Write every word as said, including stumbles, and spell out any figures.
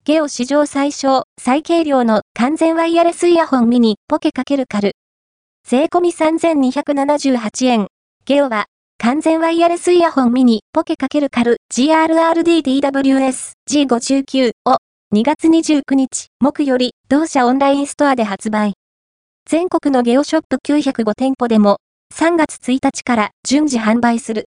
ゲオ史上最小、最軽量の完全ワイヤレスイヤホンミニポケ×カル。税込みさんぜんにひゃくななじゅうはちえん。ゲオは、完全ワイヤレスイヤホンミニポケ×カル ジーアールアールディーティーダブリューエスジーごじゅうきゅう をにがつにじゅうくにち木より同社オンラインストアで発売。全国のゲオショップきゅうひゃくごてんぽでもさんがつついたちから順次販売する。